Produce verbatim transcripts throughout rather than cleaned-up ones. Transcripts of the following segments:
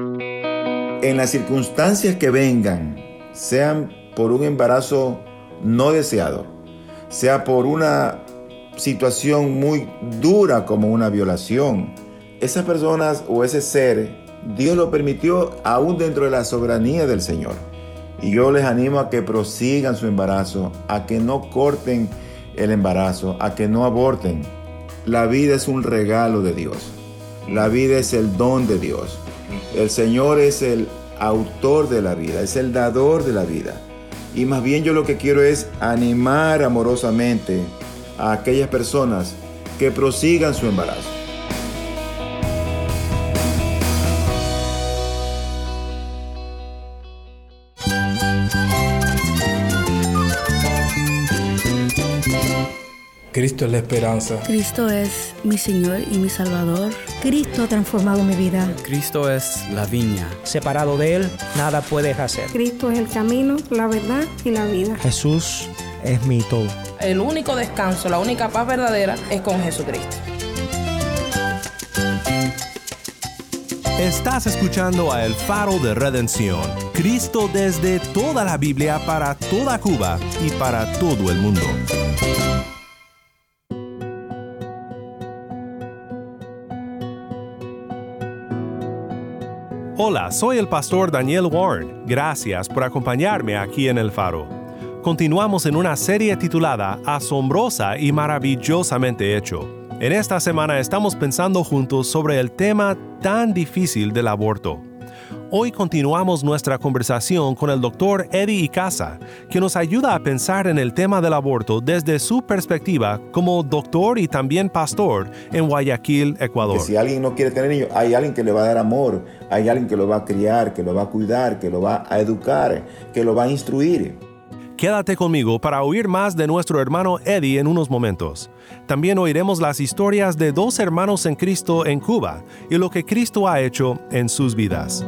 En las circunstancias que vengan, sean por un embarazo no deseado, sea por una situación muy dura como una violación, esas personas o ese ser, Dios lo permitió aún dentro de la soberanía del Señor. Y yo les animo a que prosigan su embarazo, a que no corten el embarazo, a que no aborten. La vida es un regalo de Dios. La vida es el don de Dios. El Señor es el autor de la vida, es el dador de la vida. Y más bien yo lo que quiero es animar amorosamente a aquellas personas que prosigan su embarazo. Cristo es la esperanza. Cristo es mi Señor y mi Salvador. Cristo ha transformado mi vida. Cristo es la viña. Separado de Él, nada puedes hacer. Cristo es el camino, la verdad y la vida. Jesús es mi todo. El único descanso, la única paz verdadera es con Jesucristo. Estás escuchando a El Faro de Redención. Cristo desde toda la Biblia para toda Cuba y para todo el mundo. Hola, soy el pastor Daniel Warren. Gracias por acompañarme aquí en El Faro. Continuamos en una serie titulada Asombrosa y maravillosamente hecho. En esta semana estamos pensando juntos sobre el tema tan difícil del aborto. Hoy continuamos nuestra conversación con el doctor Eddie Icaza, que nos ayuda a pensar en el tema del aborto desde su perspectiva como doctor y también pastor en Guayaquil, Ecuador. Que si alguien no quiere tener niños, hay alguien que le va a dar amor, hay alguien que lo va a criar, que lo va a cuidar, que lo va a educar, que lo va a instruir. Quédate conmigo para oír más de nuestro hermano Eddie en unos momentos. También oiremos las historias de dos hermanos en Cristo en Cuba y lo que Cristo ha hecho en sus vidas.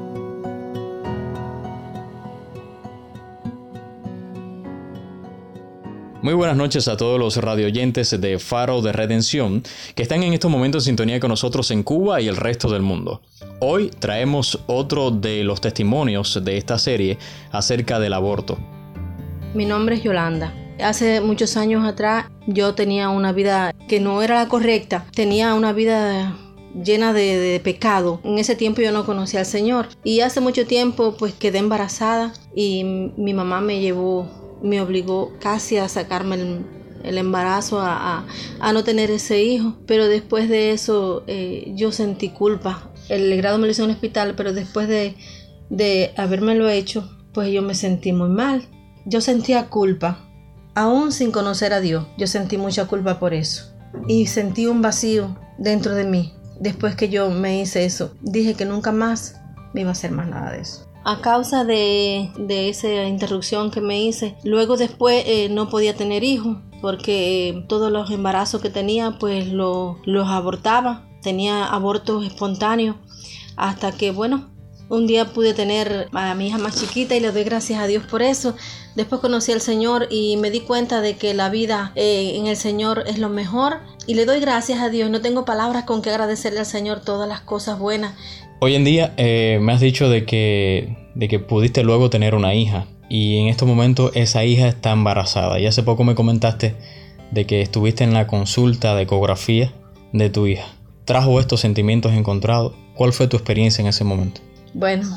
Muy buenas noches a todos los radioyentes de Faro de Redención que están en estos momentos en sintonía con nosotros en Cuba y el resto del mundo. Hoy traemos otro de los testimonios de esta serie acerca del aborto. Mi nombre es Yolanda. Hace muchos años atrás yo tenía una vida que no era la correcta. Tenía una vida llena de, de pecado. En ese tiempo yo no conocía al Señor. Y hace mucho tiempo pues quedé embarazada y mi mamá me llevó, me obligó casi a sacarme el, el embarazo, a, a, a no tener ese hijo. Pero después de eso eh, yo sentí culpa. El grado me lo hizo en un hospital, pero después de, de habérmelo hecho, pues yo me sentí muy mal. Yo sentía culpa, aún sin conocer a Dios. Yo sentí mucha culpa por eso. Y sentí un vacío dentro de mí. Después que yo me hice eso, dije que nunca más me iba a hacer más nada de eso. A causa de, de esa interrupción que me hice, luego después eh, no podía tener hijos, porque eh, todos los embarazos que tenía, pues lo, los abortaba. Tenía abortos espontáneos, hasta que, bueno, un día pude tener a mi hija más chiquita y le doy gracias a Dios por eso. Después conocí al Señor y me di cuenta de que la vida eh, en el Señor es lo mejor. Y le doy gracias a Dios. No tengo palabras con que agradecerle al Señor todas las cosas buenas. Hoy en día eh, me has dicho de que, de que pudiste luego tener una hija. Y en estos momentos esa hija está embarazada. Y hace poco me comentaste de que estuviste en la consulta de ecografía de tu hija. ¿Trajo estos sentimientos encontrados? ¿Cuál fue tu experiencia en ese momento? Bueno,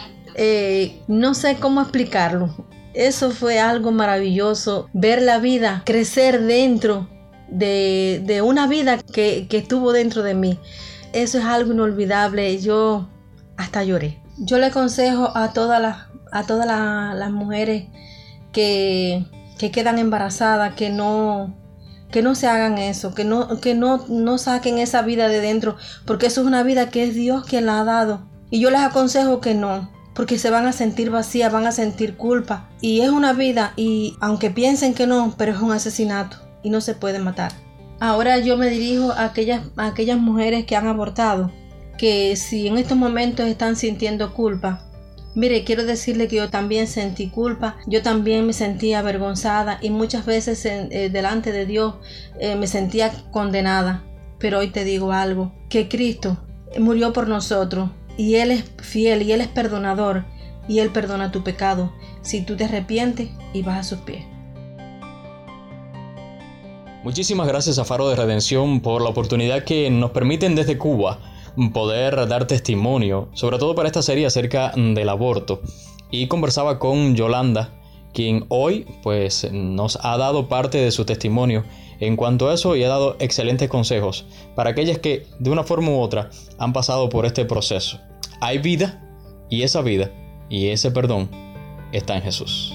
eh, no sé cómo explicarlo. Eso fue algo maravilloso, ver la vida crecer dentro de, de una vida que, que estuvo dentro de mí. Eso es algo inolvidable. Yo hasta lloré. Yo le aconsejo a todas las, a todas las, las mujeres que, que quedan embarazadas que no, que no se hagan eso, que, no, que no, no saquen esa vida de dentro, porque eso es una vida que es Dios quien la ha dado. Y yo les aconsejo que no, porque se van a sentir vacías, van a sentir culpa. Y es una vida, y aunque piensen que no, pero es un asesinato y no se puede matar. Ahora yo me dirijo a aquellas, a aquellas mujeres que han abortado, que si en estos momentos están sintiendo culpa, mire, quiero decirle que yo también sentí culpa, yo también me sentía avergonzada y muchas veces eh, delante de Dios eh, me sentía condenada. Pero hoy te digo algo, que Cristo murió por nosotros. y Él es fiel y Él es perdonador y Él perdona tu pecado si tú te arrepientes y vas a sus pies. Muchísimas gracias a Faro de Redención por la oportunidad que nos permiten desde Cuba poder dar testimonio, sobre todo para esta serie acerca del aborto. Y conversaba con Yolanda, quien hoy pues nos ha dado parte de su testimonio en cuanto a eso y ha dado excelentes consejos para aquellas que de una forma u otra han pasado por este proceso. Hay vida, y esa vida y ese perdón está en Jesús.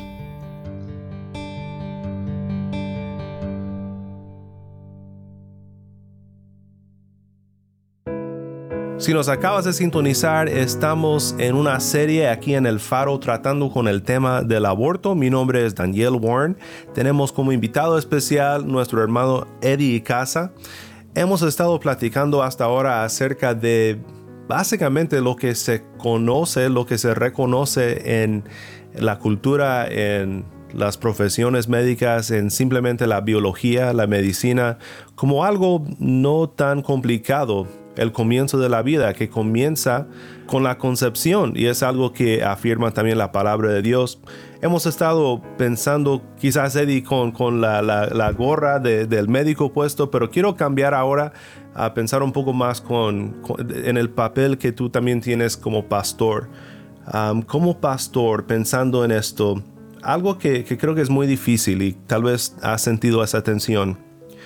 Si nos acabas de sintonizar, estamos en una serie aquí en El Faro tratando con el tema del aborto. Mi nombre es Daniel Warren. Tenemos como invitado especial nuestro hermano Eddie Icaza. Hemos estado platicando hasta ahora acerca de básicamente lo que se conoce, lo que se reconoce en la cultura, en las profesiones médicas, en simplemente la biología, la medicina, como algo no tan complicado. El comienzo de la vida, que comienza con la concepción, y es algo que afirma también la palabra de Dios. Hemos estado pensando, quizás Eddie, con, con la, la, la gorra de, del médico puesto, pero quiero cambiar ahora a pensar un poco más con, con, en el papel que tú también tienes como pastor. Um, como pastor, pensando en esto, algo que, que creo que es muy difícil y tal vez has sentido esa tensión.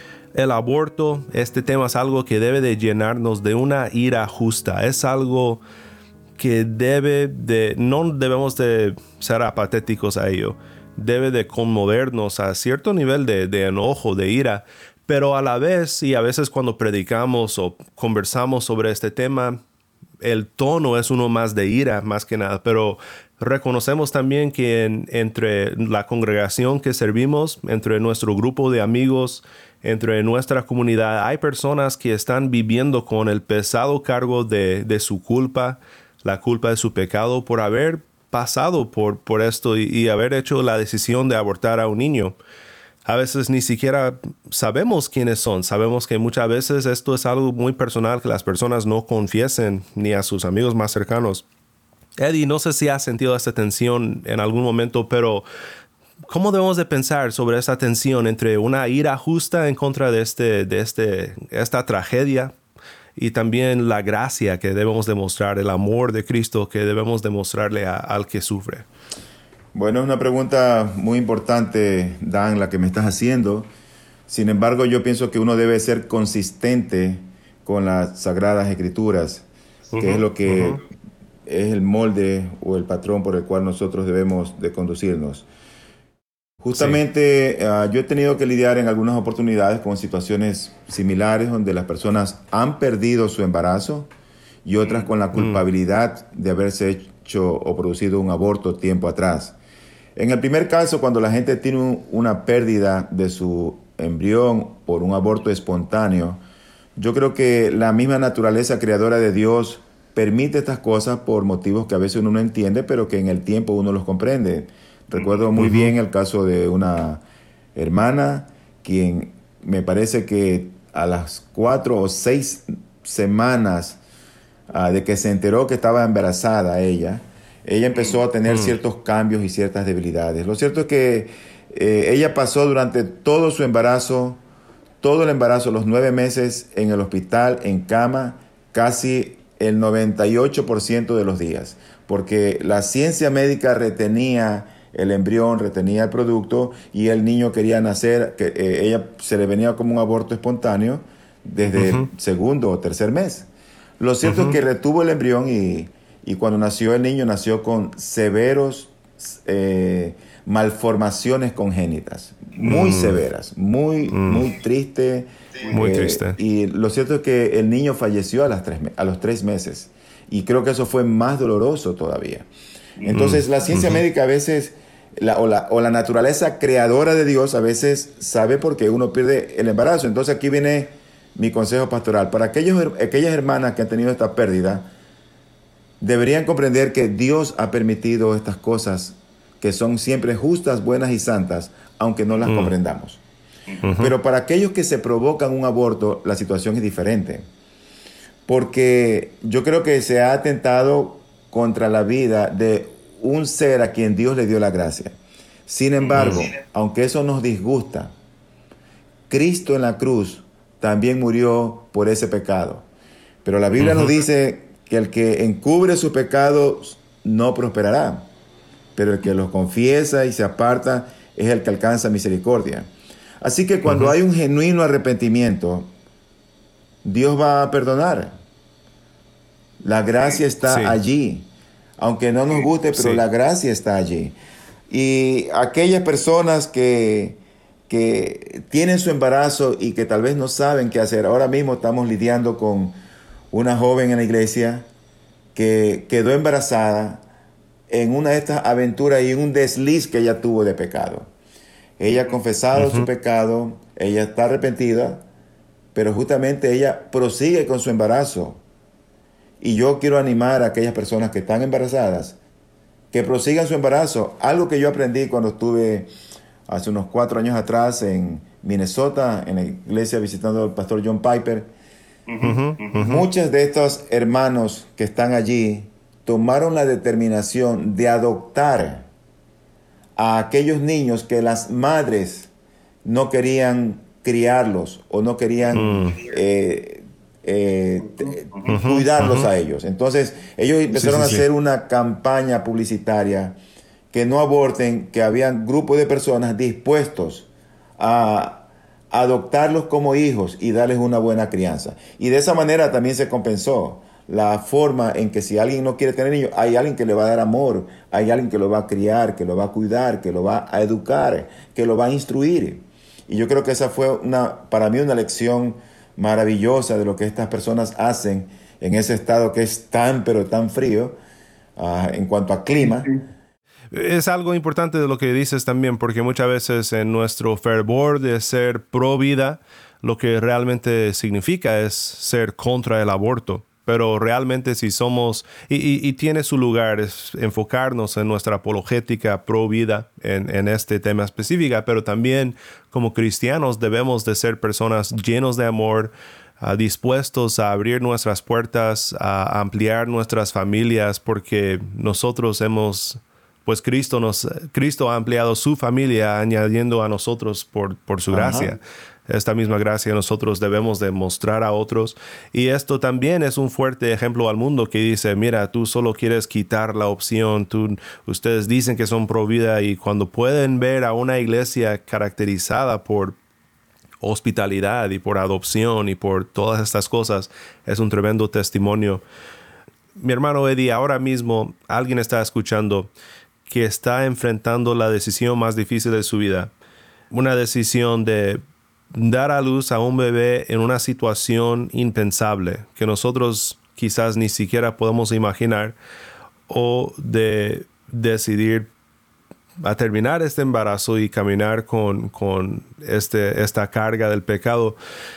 El aborto, este tema es algo que debe de llenarnos de una ira justa. Es algo que debe de, no debemos de ser apatéticos a ello. Debe de conmovernos a cierto nivel de, de enojo, de ira. Pero a la vez, y a veces cuando predicamos o conversamos sobre este tema, el tono es uno más de ira, más que nada. Pero reconocemos también que en, entre la congregación que servimos, entre nuestro grupo de amigos, entre nuestra comunidad, hay personas que están viviendo con el pesado cargo de, de su culpa, la culpa de su pecado por haber pasado por, por esto y, y haber hecho la decisión de abortar a un niño. A veces ni siquiera sabemos quiénes son. Sabemos que muchas veces esto es algo muy personal que las personas no confiesen ni a sus amigos más cercanos. Eddie, no sé si has sentido esta tensión en algún momento, pero ¿cómo debemos de pensar sobre esa tensión entre una ira justa en contra de, este, de este, esta tragedia y también la gracia que debemos demostrar, el amor de Cristo que debemos demostrarle a, al que sufre? Bueno, es una pregunta muy importante, Dan, la que me estás haciendo. Sin embargo, yo pienso que uno debe ser consistente con las Sagradas Escrituras, uh-huh, que es lo que uh-huh. es el molde o el patrón por el cual nosotros debemos de conducirnos. Justamente sí. uh, yo he tenido que lidiar en algunas oportunidades con situaciones similares donde las personas han perdido su embarazo y otras con la culpabilidad mm. de haberse hecho o producido un aborto tiempo atrás. En el primer caso, cuando la gente tiene un, una pérdida de su embrión por un aborto espontáneo, yo creo que la misma naturaleza creadora de Dios permite estas cosas por motivos que a veces uno no entiende, pero que en el tiempo uno los comprende. Recuerdo muy uh-huh. bien el caso de una hermana, quien me parece que a las cuatro o seis semanas uh, de que se enteró que estaba embarazada ella, ella empezó a tener uh-huh. ciertos cambios y ciertas debilidades. Lo cierto es que eh, ella pasó durante todo su embarazo, todo el embarazo, los nueve meses en el hospital, en cama, casi el noventa y ocho por ciento de los días, porque la ciencia médica retenía el embrión, retenía el producto y el niño quería nacer, que eh, ella se le venía como un aborto espontáneo desde uh-huh. el segundo o tercer mes. Lo cierto uh-huh. es que retuvo el embrión y, y cuando nació el niño nació con severos eh, malformaciones congénitas, muy mm. severas, muy, mm. muy triste. Muy eh, triste. Y lo cierto es que el niño falleció a, las tres, a los tres meses y creo que eso fue más doloroso todavía. Entonces mm. la ciencia mm-hmm. médica a veces, la, o, la, o la naturaleza creadora de Dios a veces sabe por qué uno pierde el embarazo. Entonces aquí viene mi consejo pastoral. Para aquellos, aquellas hermanas que han tenido esta pérdida, deberían comprender que Dios ha permitido estas cosas que son siempre justas, buenas y santas, aunque no las mm. comprendamos. Uh-huh. Pero para aquellos que se provocan un aborto, la situación es diferente. porque yo creo que se ha atentado contra la vida de un ser a quien Dios le dio la gracia. Sin embargo, aunque eso nos disgusta, Cristo en la cruz también murió por ese pecado. Pero la Biblia uh-huh. nos dice que el que encubre sus pecados no prosperará, pero el que los confiesa y se aparta es el que alcanza misericordia. Así que cuando uh-huh. hay un genuino arrepentimiento, Dios va a perdonar. La gracia está sí. allí, aunque no nos guste, pero sí. la gracia está allí. Y aquellas personas que, que tienen su embarazo y que tal vez no saben qué hacer. Ahora mismo estamos lidiando con una joven en la iglesia que quedó embarazada en una de estas aventuras y un desliz que ella tuvo de pecado. Ella ha confesado uh-huh. su pecado, ella está arrepentida, pero justamente ella prosigue con su embarazo. Y yo quiero animar a aquellas personas que están embarazadas que prosigan su embarazo. Algo que yo aprendí cuando estuve hace unos cuatro años atrás en Minnesota, en la iglesia visitando al pastor John Piper. Uh-huh, uh-huh. Muchos de estos hermanos que están allí tomaron la determinación de adoptar a aquellos niños que las madres no querían criarlos o no querían mm. eh, eh, uh-huh, cuidarlos uh-huh. a ellos. Entonces ellos empezaron sí, sí, a hacer sí. una campaña publicitaria que no aborten, que habían grupos de personas dispuestos a adoptarlos como hijos y darles una buena crianza. Y de esa manera también se compensó la forma en que si alguien no quiere tener niños, hay alguien que le va a dar amor, hay alguien que lo va a criar, que lo va a cuidar, que lo va a educar, que lo va a instruir. Y yo creo que esa fue una, para mí una lección maravillosa de lo que estas personas hacen en ese estado que es tan pero tan frío uh, en cuanto a clima. Es algo importante de lo que dices también, porque muchas veces en nuestro fervor de ser pro vida, lo que realmente significa es ser contra el aborto. Pero realmente si somos, y, y, y tiene su lugar, es enfocarnos en nuestra apologética pro vida en, en este tema específico, pero también como cristianos debemos de ser personas llenos de amor, uh, dispuestos a abrir nuestras puertas, a ampliar nuestras familias, porque nosotros hemos, pues Cristo nos, Cristo ha ampliado su familia añadiendo a nosotros por, por su gracia. Ajá. Esta misma gracia nosotros debemos demostrar a otros. Y esto también es un fuerte ejemplo al mundo que dice, mira, tú solo quieres quitar la opción. Tú, ustedes dicen que son pro vida y cuando pueden ver a una iglesia caracterizada por hospitalidad y por adopción y por todas estas cosas, es un tremendo testimonio. Mi hermano Eddie, ahora mismo alguien está escuchando que está enfrentando la decisión más difícil de su vida. Una decisión de dar a luz a un bebé en una situación impensable que nosotros quizás ni siquiera podemos imaginar, o de decidir a terminar este embarazo y caminar con, con este, esta carga del pecado.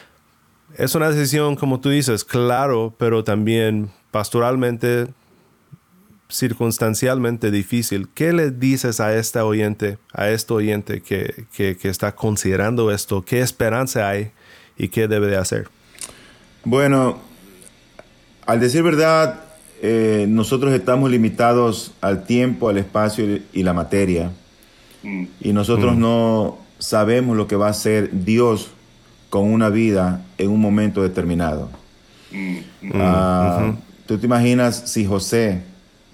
Es una decisión, como tú dices, claro, pero también pastoralmente, circunstancialmente difícil. ¿Qué le dices a esta oyente, a este oyente que, que, que está considerando esto? ¿Qué esperanza hay y qué debe de hacer? Bueno, al decir verdad, eh, nosotros estamos limitados al tiempo, al espacio y la materia. Mm. Y nosotros mm. no sabemos lo que va a hacer Dios con una vida en un momento determinado. Mm. Uh, uh-huh. ¿Tú te imaginas si José,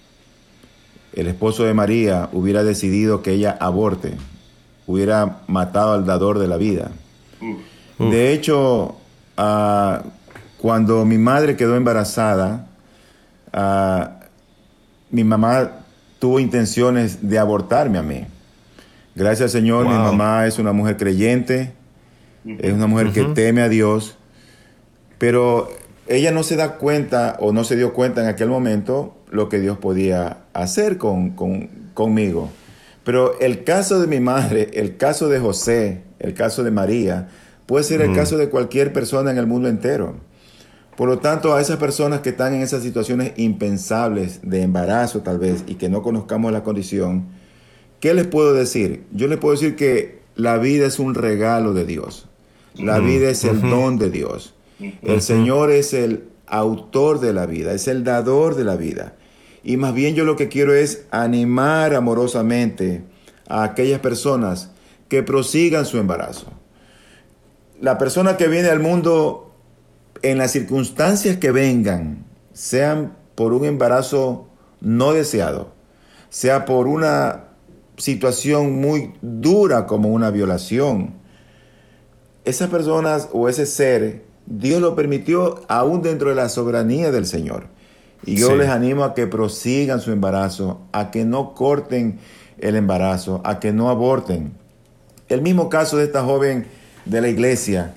el esposo de María, hubiera decidido que ella aborte, hubiera matado al dador de la vida? Uf. De hecho, uh, cuando mi madre quedó embarazada, uh, mi mamá tuvo intenciones de abortarme a mí. Gracias al Señor, wow. Mi mamá es una mujer creyente, es una mujer uh-huh. que teme a Dios, pero ella no se da cuenta o no se dio cuenta en aquel momento lo que Dios podía hacer con, con, conmigo. Pero el caso de mi madre, el caso de José, el caso de María, puede ser el mm. caso de cualquier persona en el mundo entero. Por lo tanto, a esas personas que están en esas situaciones impensables de embarazo tal vez y que no conozcamos la condición, ¿qué les puedo decir? Yo les puedo decir que la vida es un regalo de Dios. La mm. vida es el uh-huh. don de Dios. El uh-huh. Señor es el autor de la vida, es el dador de la vida. Y más bien yo lo que quiero es animar amorosamente a aquellas personas que prosigan su embarazo. La persona que viene al mundo, en las circunstancias que vengan, sean por un embarazo no deseado, sea por una situación muy dura como una violación, esas personas o ese ser, Dios lo permitió aún dentro de la soberanía del Señor. Y yo sí. les animo a que prosigan su embarazo, a que no corten el embarazo, a que no aborten. El mismo caso de esta joven de la iglesia,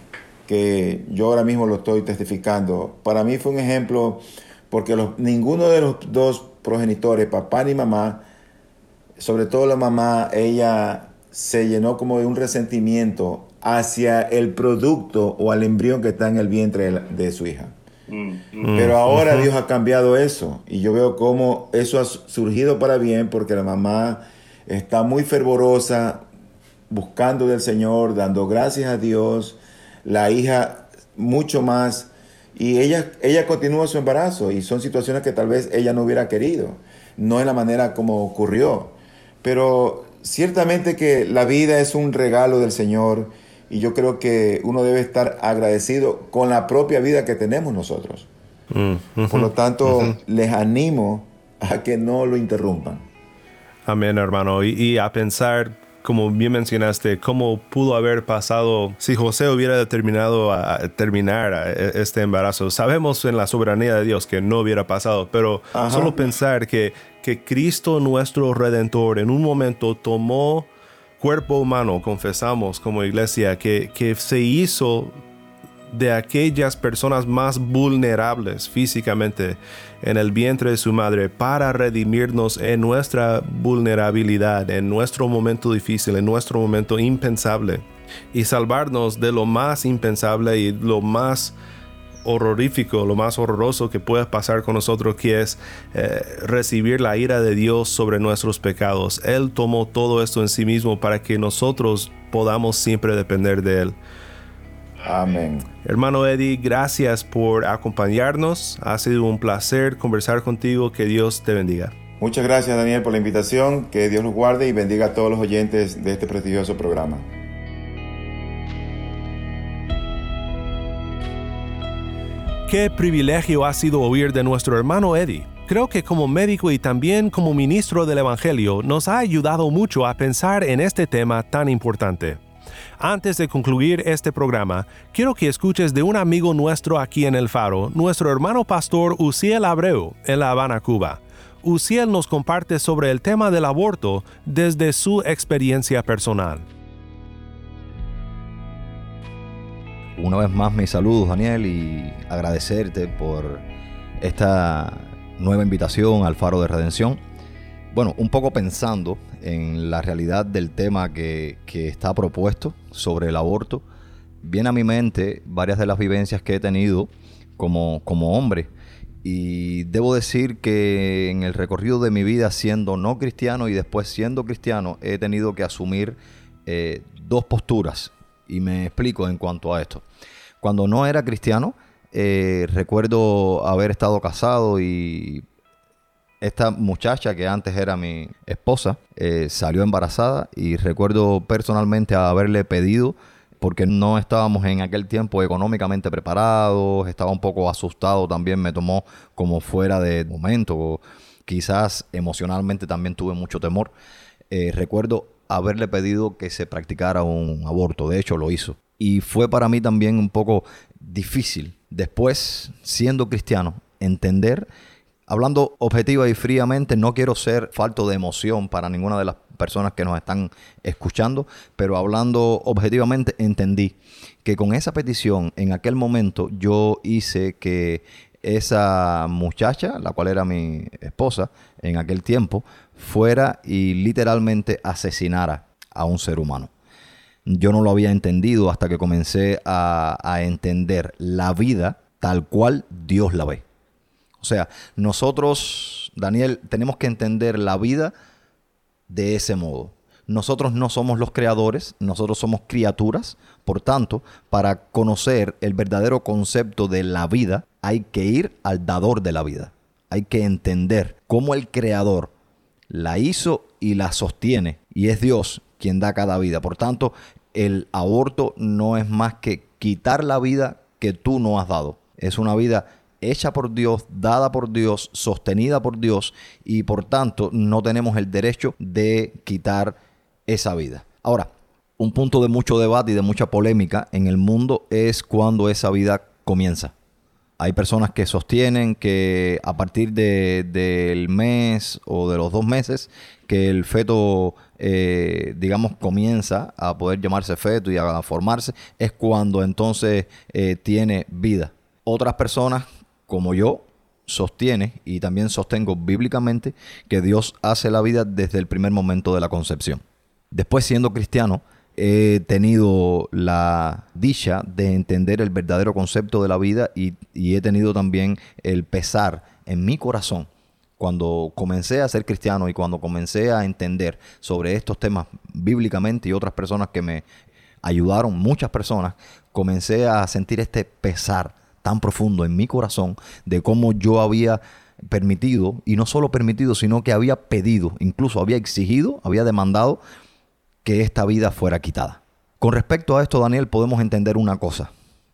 que yo ahora mismo lo estoy testificando, para mí fue un ejemplo, porque los, ninguno de los dos progenitores, papá ni mamá, sobre todo la mamá, ella se llenó como de un resentimiento hacia el producto o al embrión que está en el vientre de, de su hija. Mm. Pero ahora uh-huh. Dios ha cambiado eso, y yo veo cómo eso ha surgido para bien, porque la mamá está muy fervorosa, buscando del Señor, dando gracias a Dios, la hija mucho más, y ella, ella continúa su embarazo, y son situaciones que tal vez ella no hubiera querido, no es la manera como ocurrió, pero ciertamente que la vida es un regalo del Señor, y yo creo que uno debe estar agradecido con la propia vida que tenemos nosotros. Mm, uh-huh, Por lo tanto, uh-huh. les animo a que no lo interrumpan. Amén, hermano. Y, y a pensar, como bien mencionaste, cómo pudo haber pasado si José hubiera determinado a, a terminar a, a este embarazo. Sabemos en la soberanía de Dios que no hubiera pasado, pero Ajá. solo pensar que, que Cristo, nuestro Redentor, en un momento tomó cuerpo humano, confesamos como iglesia, que, que se hizo de aquellas personas más vulnerables físicamente en el vientre de su madre para redimirnos en nuestra vulnerabilidad, en nuestro momento difícil, en nuestro momento impensable, y salvarnos de lo más impensable y lo más horrorífico, lo más horroroso que puede pasar con nosotros, que es eh, recibir la ira de Dios sobre nuestros pecados. Él tomó todo esto en sí mismo para que nosotros podamos siempre depender de Él. Amén. Hermano Eddie, gracias por acompañarnos. Ha sido un placer conversar contigo. Que Dios te bendiga. Muchas gracias, Daniel, por la invitación. Que Dios los guarde y bendiga a todos los oyentes de este prestigioso programa. Qué privilegio ha sido oír de nuestro hermano Eddie. Creo que como médico y también como ministro del Evangelio nos ha ayudado mucho a pensar en este tema tan importante. Antes de concluir este programa, quiero que escuches de un amigo nuestro aquí en El Faro, nuestro hermano pastor Uziel Abreu, en La Habana, Cuba. Uziel nos comparte sobre el tema del aborto desde su experiencia personal. Una vez más mis saludos, Daniel, y agradecerte por esta nueva invitación al Faro de Redención. Bueno, un poco pensando en la realidad del tema que, que está propuesto sobre el aborto, viene a mi mente varias de las vivencias que he tenido como, como hombre. Y debo decir que en el recorrido de mi vida, siendo no cristiano y después siendo cristiano, he tenido que asumir eh, dos posturas. Y me explico en cuanto a esto. Cuando no era cristiano, eh, recuerdo haber estado casado y esta muchacha que antes era mi esposa eh, salió embarazada, y recuerdo personalmente haberle pedido, porque no estábamos en aquel tiempo económicamente preparados, estaba un poco asustado también, me tomó como fuera de momento, quizás emocionalmente también tuve mucho temor. Eh, recuerdo haberle pedido que se practicara un aborto. De hecho, lo hizo. Y fue para mí también un poco difícil, después, siendo cristiano, entender, hablando objetiva y fríamente, no quiero ser falto de emoción para ninguna de las personas que nos están escuchando, pero hablando objetivamente, entendí que con esa petición, en aquel momento, yo hice que esa muchacha, la cual era mi esposa en aquel tiempo, fuera y literalmente asesinara a un ser humano. Yo no lo había entendido hasta que comencé a, a entender la vida tal cual Dios la ve. O sea, nosotros, Daniel, tenemos que entender la vida de ese modo. Nosotros no somos los creadores, nosotros somos criaturas. Por tanto, para conocer el verdadero concepto de la vida, hay que ir al dador de la vida. Hay que entender cómo el Creador la hizo y la sostiene. Y es Dios quien da cada vida. Por tanto, el aborto no es más que quitar la vida que tú no has dado. Es una vida hecha por Dios, dada por Dios, sostenida por Dios, y por tanto no tenemos el derecho de quitar esa vida. Ahora, un punto de mucho debate y de mucha polémica en el mundo es cuando esa vida comienza. Hay personas que sostienen que a partir de, del mes o de los dos meses que el feto, eh, digamos, comienza a poder llamarse feto y a formarse, es cuando entonces eh, tiene vida. Otras personas, como yo, sostienen y también sostengo bíblicamente que Dios hace la vida desde el primer momento de la concepción. Después, siendo cristiano, he tenido la dicha de entender el verdadero concepto de la vida y, y he tenido también el pesar en mi corazón cuando comencé a ser cristiano y cuando comencé a entender sobre estos temas bíblicamente, y otras personas que me ayudaron, muchas personas, comencé a sentir este pesar tan profundo en mi corazón de cómo yo había permitido, y no solo permitido, sino que había pedido, incluso había exigido, había demandado que esta vida fuera quitada. Con respecto a esto, Daniel, podemos entender una cosa.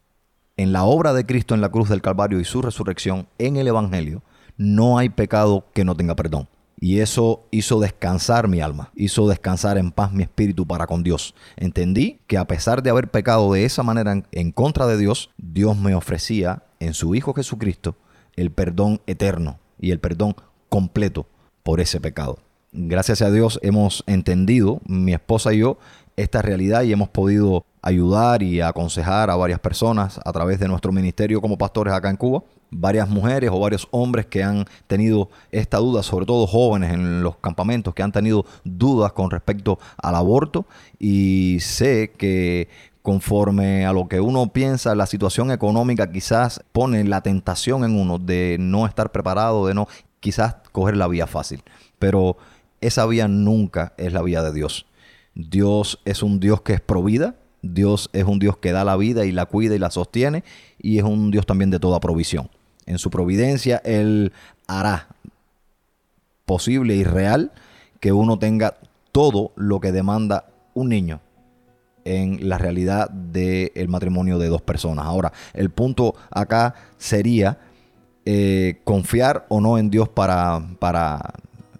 En la obra de Cristo en la cruz del Calvario y su resurrección, en el Evangelio, no hay pecado que no tenga perdón. Y eso hizo descansar mi alma, hizo descansar en paz mi espíritu para con Dios. Entendí que a pesar de haber pecado de esa manera en, en contra de Dios, Dios me ofrecía en su Hijo Jesucristo el perdón eterno y el perdón completo por ese pecado. Gracias a Dios hemos entendido, mi esposa y yo, esta realidad y hemos podido ayudar y aconsejar a varias personas a través de nuestro ministerio como pastores acá en Cuba. Varias mujeres o varios hombres que han tenido esta duda, sobre todo jóvenes en los campamentos que han tenido dudas con respecto al aborto, y sé que conforme a lo que uno piensa, la situación económica quizás pone la tentación en uno de no estar preparado, de no quizás coger la vía fácil, pero esa vía nunca es la vía de Dios. Dios es un Dios que es provida, Dios es un Dios que da la vida y la cuida y la sostiene, y es un Dios también de toda provisión. En su providencia, Él hará posible y real que uno tenga todo lo que demanda un niño en la realidad del matrimonio de dos personas. Ahora, el punto acá sería eh, confiar o no en Dios para, para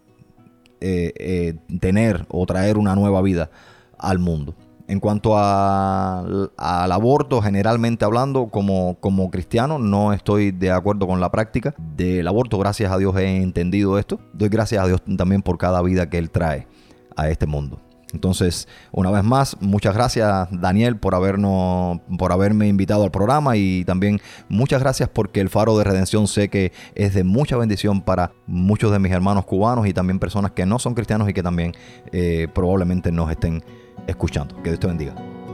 eh, eh, tener o traer una nueva vida al mundo. En cuanto a, al aborto, generalmente hablando, como, como cristiano, no estoy de acuerdo con la práctica del aborto. Gracias a Dios he entendido esto. Doy gracias a Dios también por cada vida que Él trae a este mundo. Entonces, una vez más, muchas gracias, Daniel, por habernos, por haberme invitado al programa, y también muchas gracias porque el Faro de Redención sé que es de mucha bendición para muchos de mis hermanos cubanos y también personas que no son cristianos y que también eh, probablemente nos estén escuchando. Que Dios te bendiga.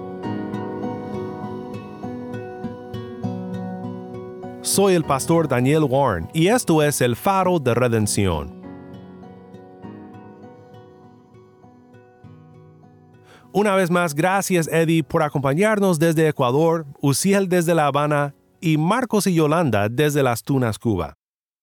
Soy el pastor Daniel Warren y esto es el Faro de Redención. Una vez más, gracias Eddie por acompañarnos desde Ecuador, Uciel desde La Habana y Marcos y Yolanda desde Las Tunas, Cuba.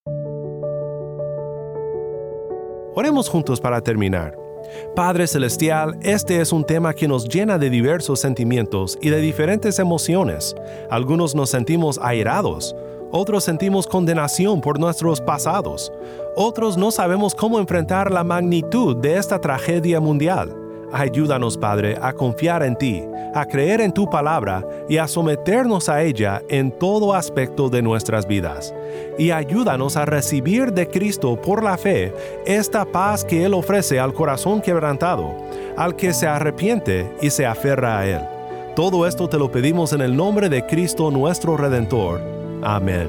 Oremos juntos para terminar. Padre Celestial, este es un tema que nos llena de diversos sentimientos y de diferentes emociones. Algunos nos sentimos airados, otros sentimos condenación por nuestros pasados, otros no sabemos cómo enfrentar la magnitud de esta tragedia mundial. Ayúdanos, Padre, a confiar en ti, a creer en tu palabra y a someternos a ella en todo aspecto de nuestras vidas. Y ayúdanos a recibir de Cristo por la fe esta paz que Él ofrece al corazón quebrantado, al que se arrepiente y se aferra a Él. Todo esto te lo pedimos en el nombre de Cristo nuestro Redentor. Amén.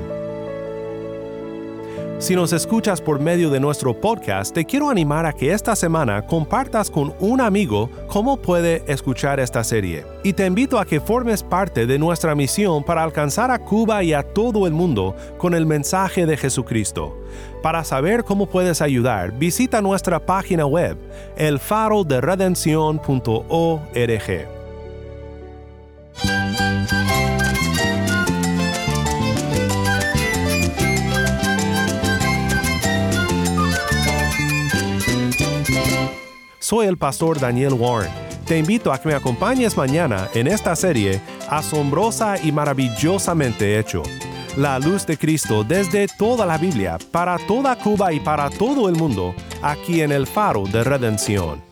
Si nos escuchas por medio de nuestro podcast, te quiero animar a que esta semana compartas con un amigo cómo puede escuchar esta serie. Y te invito a que formes parte de nuestra misión para alcanzar a Cuba y a todo el mundo con el mensaje de Jesucristo. Para saber cómo puedes ayudar, visita nuestra página web, el faro de redención punto org. Soy el pastor Daniel Warren. Te invito a que me acompañes mañana en esta serie Asombrosa y maravillosamente hecho. La luz de Cristo desde toda la Biblia, para toda Cuba y para todo el mundo, aquí en el Faro de Redención.